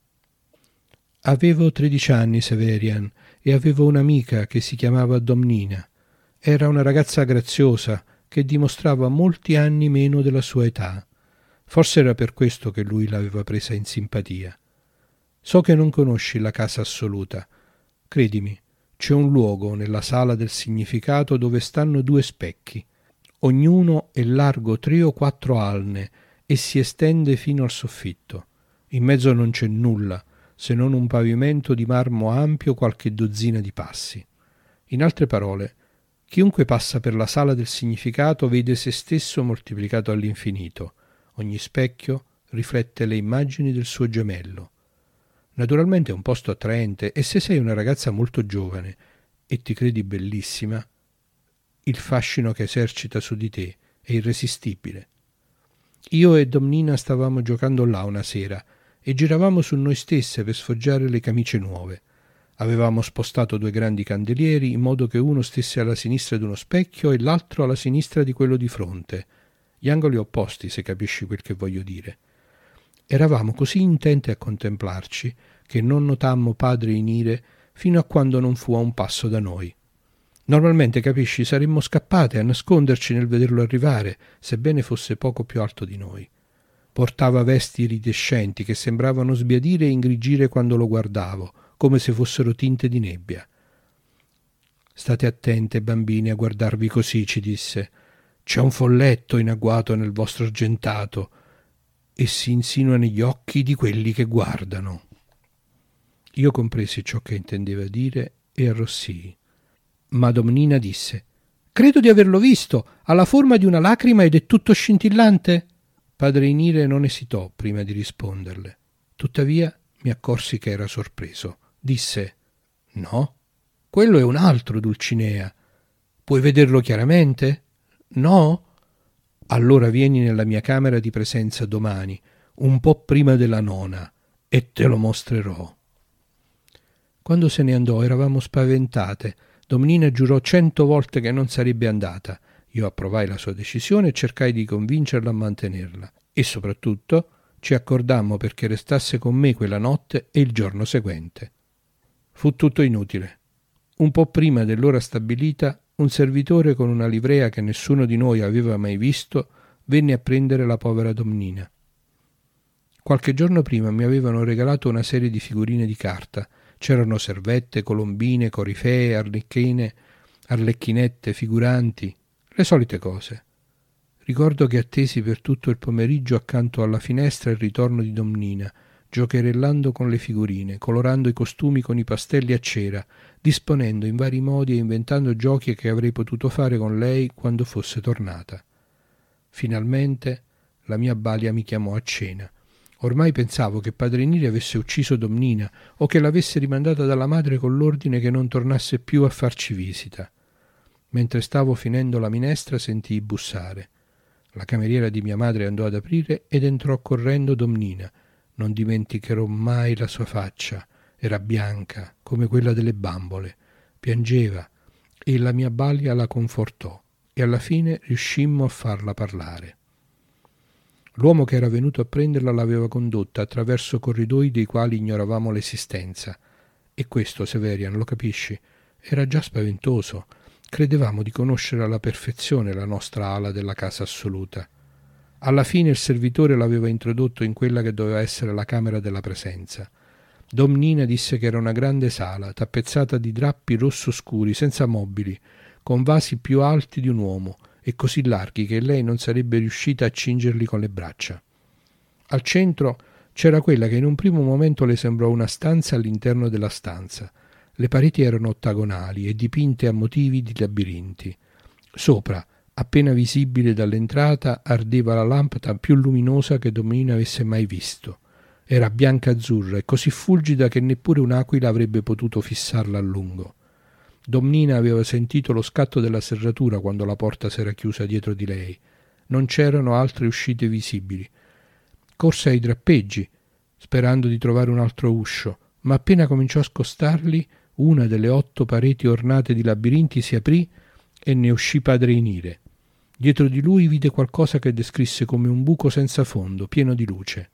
Avevo tredici anni, Severian, e avevo un'amica che si chiamava Domnina. Era una ragazza graziosa che dimostrava molti anni meno della sua età. Forse era per questo che lui l'aveva presa in simpatia. So che non conosci la casa assoluta. Credimi, c'è un luogo nella sala del significato dove stanno due specchi. Ognuno è largo tre o quattro alne e si estende fino al soffitto. In mezzo non c'è nulla, se non un pavimento di marmo ampio qualche dozzina di passi. In altre parole, chiunque passa per la sala del significato vede se stesso moltiplicato all'infinito. Ogni specchio riflette le immagini del suo gemello. Naturalmente è un posto attraente e se sei una ragazza molto giovane e ti credi bellissima, il fascino che esercita su di te è irresistibile. Io e Domnina stavamo giocando là una sera e giravamo su noi stesse per sfoggiare le camicie nuove. Avevamo spostato due grandi candelieri in modo che uno stesse alla sinistra di uno specchio e l'altro alla sinistra di quello di fronte. Gli angoli opposti, se capisci quel che voglio dire. Eravamo così intenti a contemplarci che non notammo padre in ire fino a quando non fu a un passo da noi. Normalmente, capisci, saremmo scappate a nasconderci nel vederlo arrivare, sebbene fosse poco più alto di noi. Portava vesti iridescenti che sembravano sbiadire e ingrigire quando lo guardavo, come se fossero tinte di nebbia. «State attente, bambine, a guardarvi così», ci disse. «C'è un folletto in agguato nel vostro argentato e si insinua negli occhi di quelli che guardano». Io compresi ciò che intendeva dire e arrossii. Ma Domnina disse: «Credo di averlo visto, ha la forma di una lacrima ed è tutto scintillante?» Padre Inire non esitò prima di risponderle. Tuttavia mi accorsi che era sorpreso. Disse: «No, quello è un altro, Dulcinea. Puoi vederlo chiaramente? No? Allora vieni nella mia camera di presenza domani, un po' prima della nona, e te lo mostrerò». Quando se ne andò eravamo spaventate. Domnina giurò cento volte che non sarebbe andata. Io approvai la sua decisione e cercai di convincerla a mantenerla. E soprattutto ci accordammo perché restasse con me quella notte e il giorno seguente. Fu tutto inutile. Un po' prima dell'ora stabilita, un servitore con una livrea che nessuno di noi aveva mai visto venne a prendere la povera Domnina. Qualche giorno prima mi avevano regalato una serie di figurine di carta. C'erano servette, colombine, corifee, arlecchine, arlecchinette, figuranti, le solite cose. Ricordo che attesi per tutto il pomeriggio accanto alla finestra il ritorno di Domnina, giocherellando con le figurine, colorando i costumi con i pastelli a cera, disponendo in vari modi e inventando giochi che avrei potuto fare con lei quando fosse tornata. Finalmente la mia balia mi chiamò a cena. Ormai pensavo che padre Neri avesse ucciso Domnina o che l'avesse rimandata dalla madre con l'ordine che non tornasse più a farci visita. Mentre stavo finendo la minestra sentii bussare. La cameriera di mia madre andò ad aprire ed entrò correndo Domnina. Non dimenticherò mai la sua faccia. Era bianca come quella delle bambole. Piangeva e la mia balia la confortò e alla fine riuscimmo a farla parlare. L'uomo che era venuto a prenderla l'aveva condotta attraverso corridoi dei quali ignoravamo l'esistenza. E questo, Severian, lo capisci, era già spaventoso. Credevamo di conoscere alla perfezione la nostra ala della casa assoluta. Alla fine il servitore l'aveva introdotto in quella che doveva essere la camera della presenza. Domnina disse che era una grande sala, tappezzata di drappi rosso scuri, senza mobili, con vasi più alti di un uomo, e così larghi che lei non sarebbe riuscita a cingerli con le braccia. Al centro c'era quella che in un primo momento le sembrò una stanza all'interno della stanza. Le pareti erano ottagonali e dipinte a motivi di labirinti. Sopra, appena visibile dall'entrata, ardeva la lampada più luminosa che Domnina avesse mai visto. Era bianca-azzurra e così fulgida che neppure un'aquila avrebbe potuto fissarla a lungo. Domnina aveva sentito lo scatto della serratura quando la porta s'era chiusa dietro di lei. Non c'erano altre uscite visibili. Corse ai drappeggi, sperando di trovare un altro uscio, ma appena cominciò a scostarli, una delle otto pareti ornate di labirinti si aprì e ne uscì padre Inire. Dietro di lui vide qualcosa che descrisse come un buco senza fondo, pieno di luce.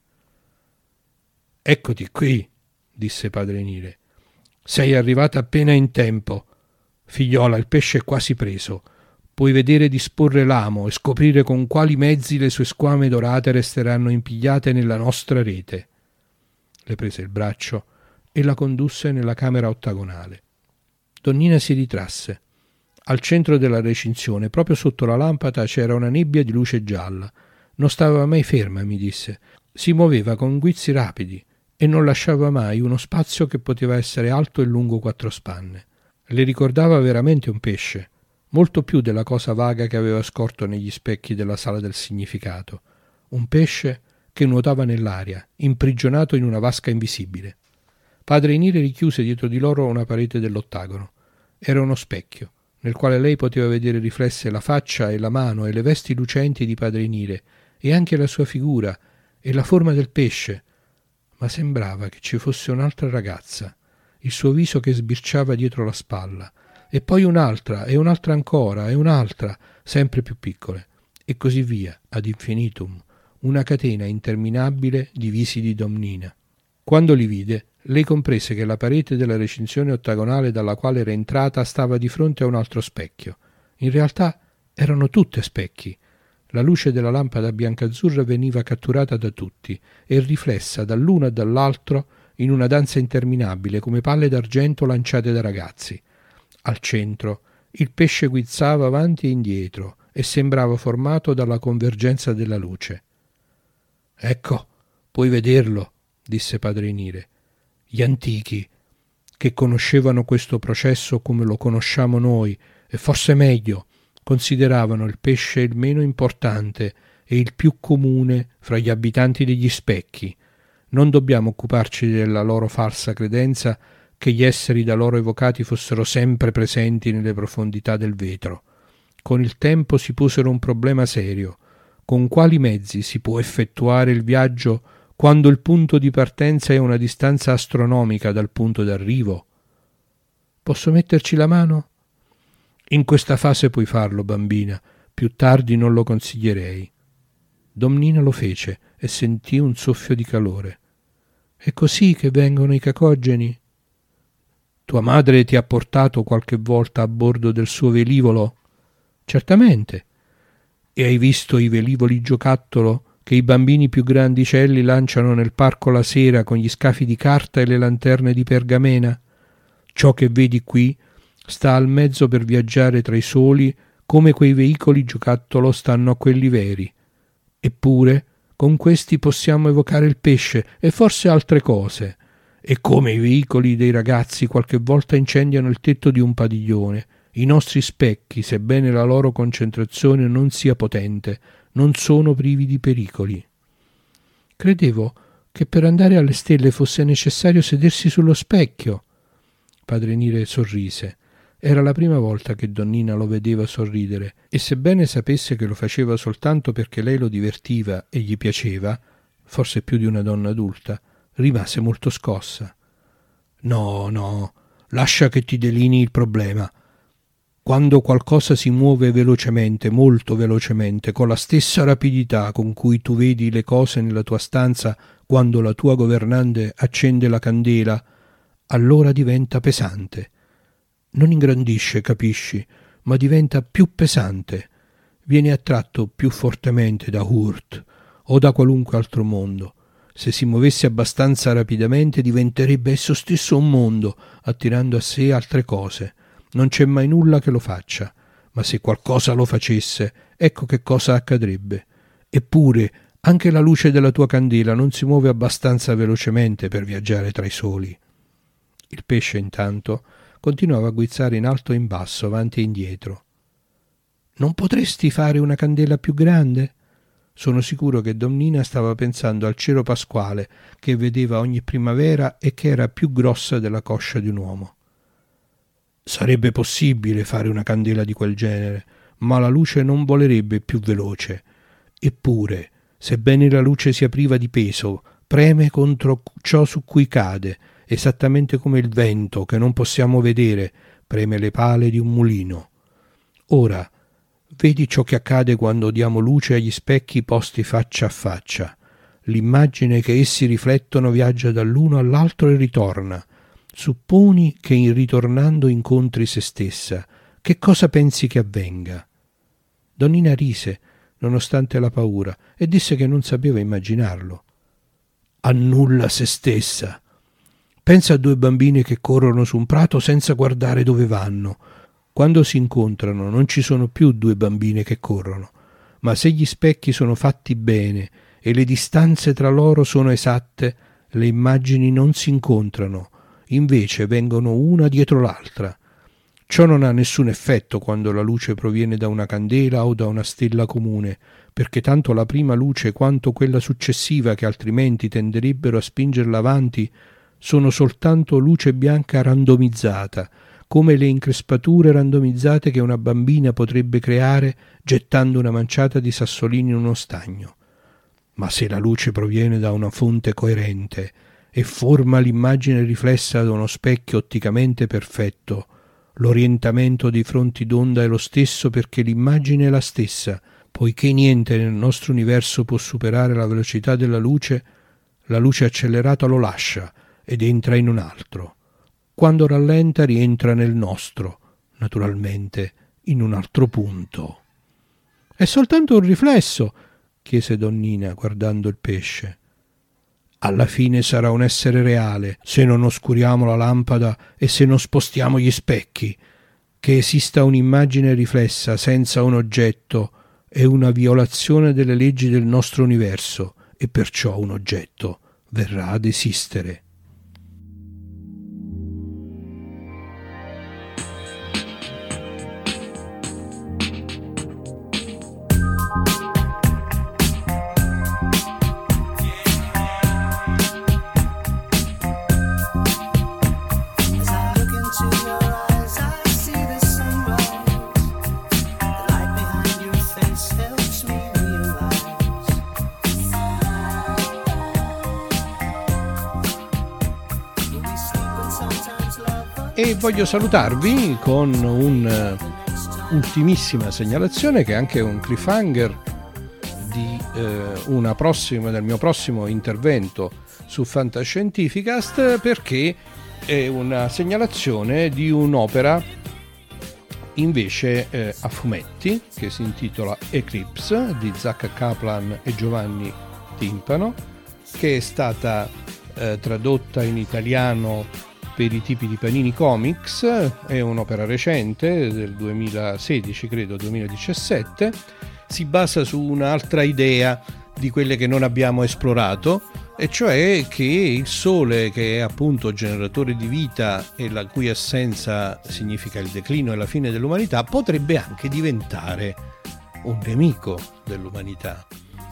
«Eccoti qui», disse padre Nile. «Sei arrivata appena in tempo. Figliola, il pesce è quasi preso. Puoi vedere disporre l'amo e scoprire con quali mezzi le sue squame dorate resteranno impigliate nella nostra rete». Le prese il braccio e la condusse nella camera ottagonale. Donnina si ritrasse. Al centro della recinzione, proprio sotto la lampada, c'era una nebbia di luce gialla. Non stava mai ferma, mi disse. Si muoveva con guizzi rapidi e non lasciava mai uno spazio che poteva essere alto e lungo quattro spanne. Le ricordava veramente un pesce, molto più della cosa vaga che aveva scorto negli specchi della sala del significato. Un pesce che nuotava nell'aria, imprigionato in una vasca invisibile. Padre Nile richiuse dietro di loro una parete dell'ottagono. Era uno specchio, nel quale lei poteva vedere riflesse la faccia e la mano e le vesti lucenti di padre Nile, e anche la sua figura e la forma del pesce, ma sembrava che ci fosse un'altra ragazza, il suo viso che sbirciava dietro la spalla, e poi un'altra, e un'altra ancora, e un'altra, sempre più piccole, e così via, ad infinitum, una catena interminabile di visi di Domnina. Quando li vide, lei comprese che la parete della recinzione ottagonale dalla quale era entrata stava di fronte a un altro specchio. In realtà erano tutte specchi. La luce della lampada biancazzurra veniva catturata da tutti e riflessa dall'uno e dall'altro in una danza interminabile come palle d'argento lanciate da ragazzi. Al centro il pesce guizzava avanti e indietro e sembrava formato dalla convergenza della luce. «Ecco, puoi vederlo», disse padre Nile. «Gli antichi, che conoscevano questo processo come lo conosciamo noi, e forse meglio, consideravano il pesce il meno importante e il più comune fra gli abitanti degli specchi. Non dobbiamo occuparci della loro falsa credenza che gli esseri da loro evocati fossero sempre presenti nelle profondità del vetro. Con il tempo si posero un problema serio: con quali mezzi si può effettuare il viaggio quando il punto di partenza è una distanza astronomica dal punto d'arrivo? Posso metterci la mano? In questa fase puoi farlo, bambina, più tardi non lo consiglierei. Domnina lo fece e sentì un soffio di calore. È così che vengono i cacogeni? Tua madre ti ha portato qualche volta a bordo del suo velivolo? Certamente. E hai visto i velivoli giocattolo che i bambini più grandicelli lanciano nel parco la sera con gli scafi di carta e le lanterne di pergamena? Ciò che vedi qui sta al mezzo per viaggiare tra i soli come quei veicoli giocattolo stanno a quelli veri. Eppure con questi possiamo evocare il pesce e forse altre cose. E come i veicoli dei ragazzi qualche volta incendiano il tetto di un padiglione, i nostri specchi, sebbene la loro concentrazione non sia potente, non sono privi di pericoli. Credevo che per andare alle stelle fosse necessario sedersi sullo specchio. Padre Nile sorrise. Era la prima volta che Donnina lo vedeva sorridere, e sebbene sapesse che lo faceva soltanto perché lei lo divertiva e gli piaceva, forse più di una donna adulta, rimase molto scossa. No, no, lascia che ti delinei il problema. Quando qualcosa si muove velocemente, molto velocemente, con la stessa rapidità con cui tu vedi le cose nella tua stanza quando la tua governante accende la candela, allora diventa pesante. Non ingrandisce, capisci, ma diventa più pesante. Viene attratto più fortemente da Hurt o da qualunque altro mondo. Se si muovesse abbastanza rapidamente diventerebbe esso stesso un mondo, attirando a sé altre cose. Non c'è mai nulla che lo faccia, ma se qualcosa lo facesse, ecco che cosa accadrebbe. Eppure anche la luce della tua candela non si muove abbastanza velocemente per viaggiare tra i soli. Il pesce, intanto, continuava a guizzare in alto e in basso, avanti e indietro. Non potresti fare una candela più grande? Sono sicuro che Domnina stava pensando al cero pasquale che vedeva ogni primavera e che era più grossa della coscia di un uomo. Sarebbe possibile fare una candela di quel genere, ma la luce non volerebbe più veloce. Eppure, sebbene la luce sia priva di peso, preme contro ciò su cui cade, esattamente come il vento, che non possiamo vedere, preme le pale di un mulino. Ora, Vedi ciò che accade quando diamo luce agli specchi posti faccia a faccia. L'immagine che essi riflettono viaggia dall'uno all'altro e ritorna. Supponi che in ritornando incontri se stessa. Che cosa pensi che avvenga? Donnina rise, nonostante la paura, e disse che non sapeva immaginarlo. Annulla se stessa. Pensa a due bambine che corrono su un prato senza guardare dove vanno. Quando si incontrano non ci sono più due bambine che corrono, ma se gli specchi sono fatti bene e le distanze tra loro sono esatte, le immagini non si incontrano, invece vengono una dietro l'altra. Ciò non ha nessun effetto quando la luce proviene da una candela o da una stella comune, perché tanto la prima luce quanto quella successiva, che altrimenti tenderebbero a spingerla avanti, sono soltanto luce bianca randomizzata, come le increspature randomizzate che una bambina potrebbe creare gettando una manciata di sassolini in uno stagno. Ma se la luce proviene da una fonte coerente e forma l'immagine riflessa da uno specchio otticamente perfetto, l'orientamento dei fronti d'onda è lo stesso, perché l'immagine è la stessa. Poiché niente nel nostro universo può superare la velocità della luce, la luce accelerata lo lascia ed entra in un altro. Quando rallenta rientra nel nostro, naturalmente in un altro punto. È soltanto un riflesso, chiese Donnina guardando il pesce. Alla fine sarà un essere reale, se non oscuriamo la lampada e se non spostiamo gli specchi. Che esista un'immagine riflessa senza un oggetto è una violazione delle leggi del nostro universo, e perciò un oggetto verrà ad esistere. E voglio salutarvi con un'ultimissima segnalazione, che è anche un cliffhanger di eh, una prossima, del mio prossimo intervento su Fantascientificast, perché è una segnalazione di un'opera invece eh, a fumetti che si intitola Eclipse di Zach Kaplan e Giovanni Timpano, che è stata eh, tradotta in italiano per i tipi di Panini Comics. È un'opera recente del duemilasedici, credo duemiladiciassette. Si basa su un'altra idea di quelle che non abbiamo esplorato, e cioè che il Sole, che è appunto generatore di vita e la cui assenza significa il declino e la fine dell'umanità, potrebbe anche diventare un nemico dell'umanità.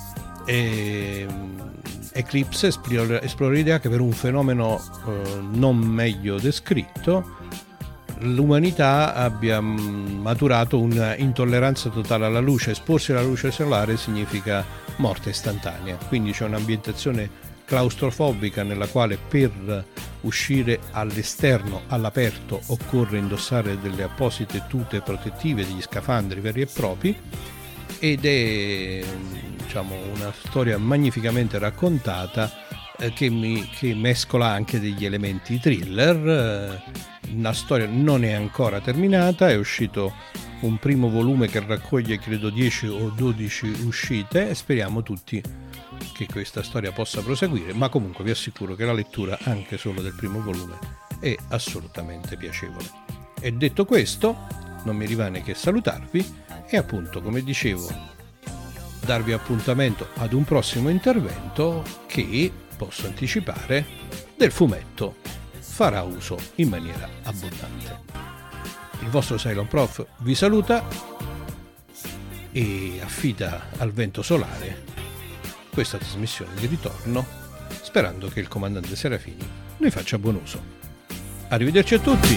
E Eclipse esplora, esplora l'idea che per un fenomeno eh, non meglio descritto l'umanità abbia maturato un'intolleranza totale alla luce. Esporsi alla luce solare significa morte istantanea, quindi c'è un'ambientazione claustrofobica nella quale per uscire all'esterno, all'aperto, occorre indossare delle apposite tute protettive, degli scafandri veri e propri, ed è, diciamo, una storia magnificamente raccontata eh, che, mi, che mescola anche degli elementi thriller. Eh, la storia non è ancora terminata, è uscito un primo volume che raccoglie credo dieci o dodici uscite e speriamo tutti che questa storia possa proseguire, ma comunque vi assicuro che la lettura anche solo del primo volume è assolutamente piacevole. E detto questo, non mi rimane che salutarvi e appunto, come dicevo, darvi appuntamento ad un prossimo intervento che, posso anticipare, del fumetto farà uso in maniera abbondante. Il vostro Cylon Prof vi saluta e affida al vento solare questa trasmissione di ritorno, sperando che il comandante Serafini ne faccia buon uso. Arrivederci a tutti!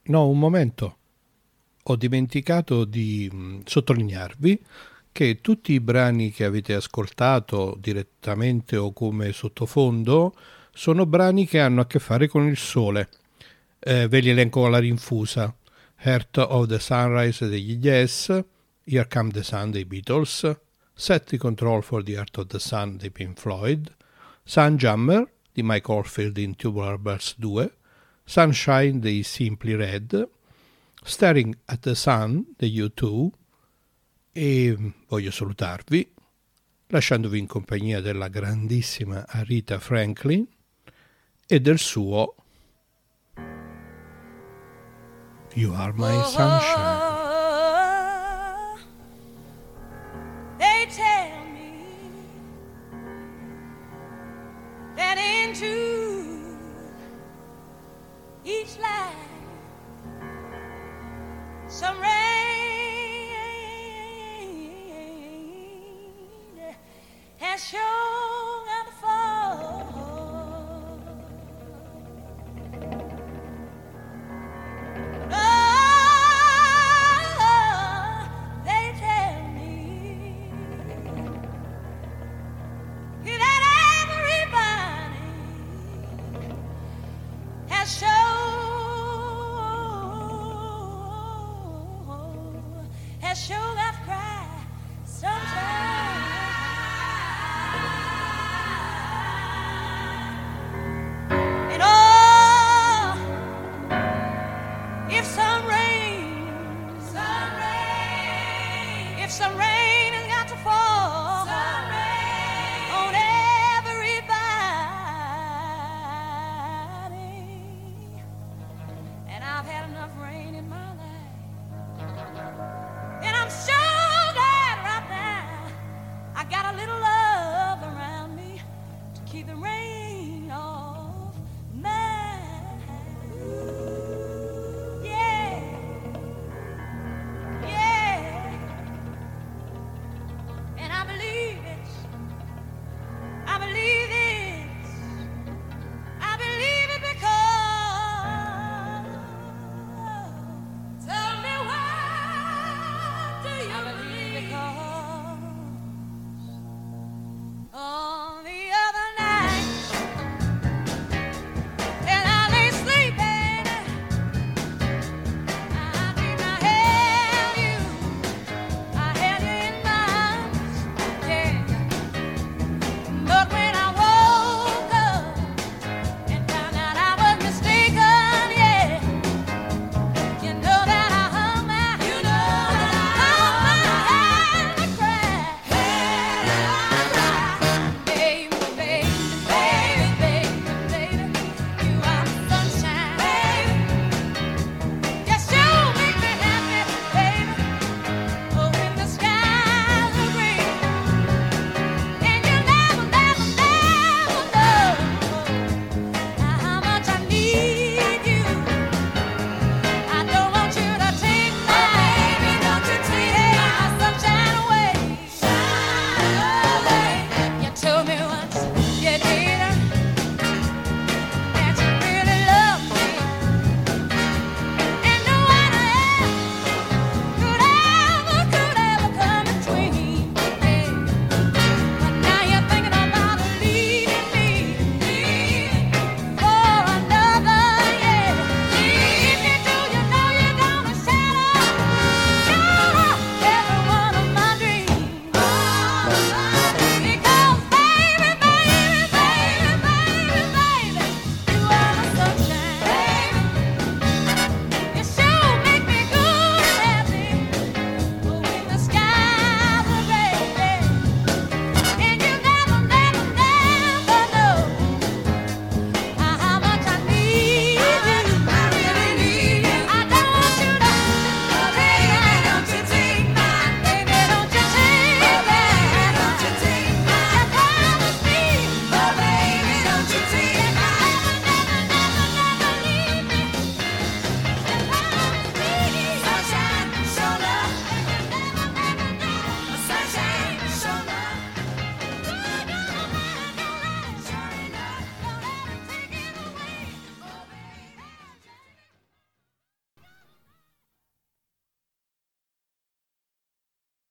no, un momento. Ho dimenticato di mh, sottolinearvi che tutti i brani che avete ascoltato direttamente o come sottofondo sono brani che hanno a che fare con il sole. Eh, ve li elenco alla rinfusa: Heart of the Sunrise degli Yes, Here Come the Sun dei Beatles, Set the Control for the Heart of the Sun dei Pink Floyd, Sunjammer di Mike Oldfield in Tubular Bells due, Sunshine dei Simply Red, Staring at the Sun degli U due, e voglio salutarvi lasciandovi in compagnia della grandissima Aretha Franklin e del suo You Are My Sunshine. They tell me that into each line some rain has shown how to fall. Oh, they tell me that everybody has shown has shown I've cried sometimes. And oh, if some rain, some rain, if some rain has got to fall.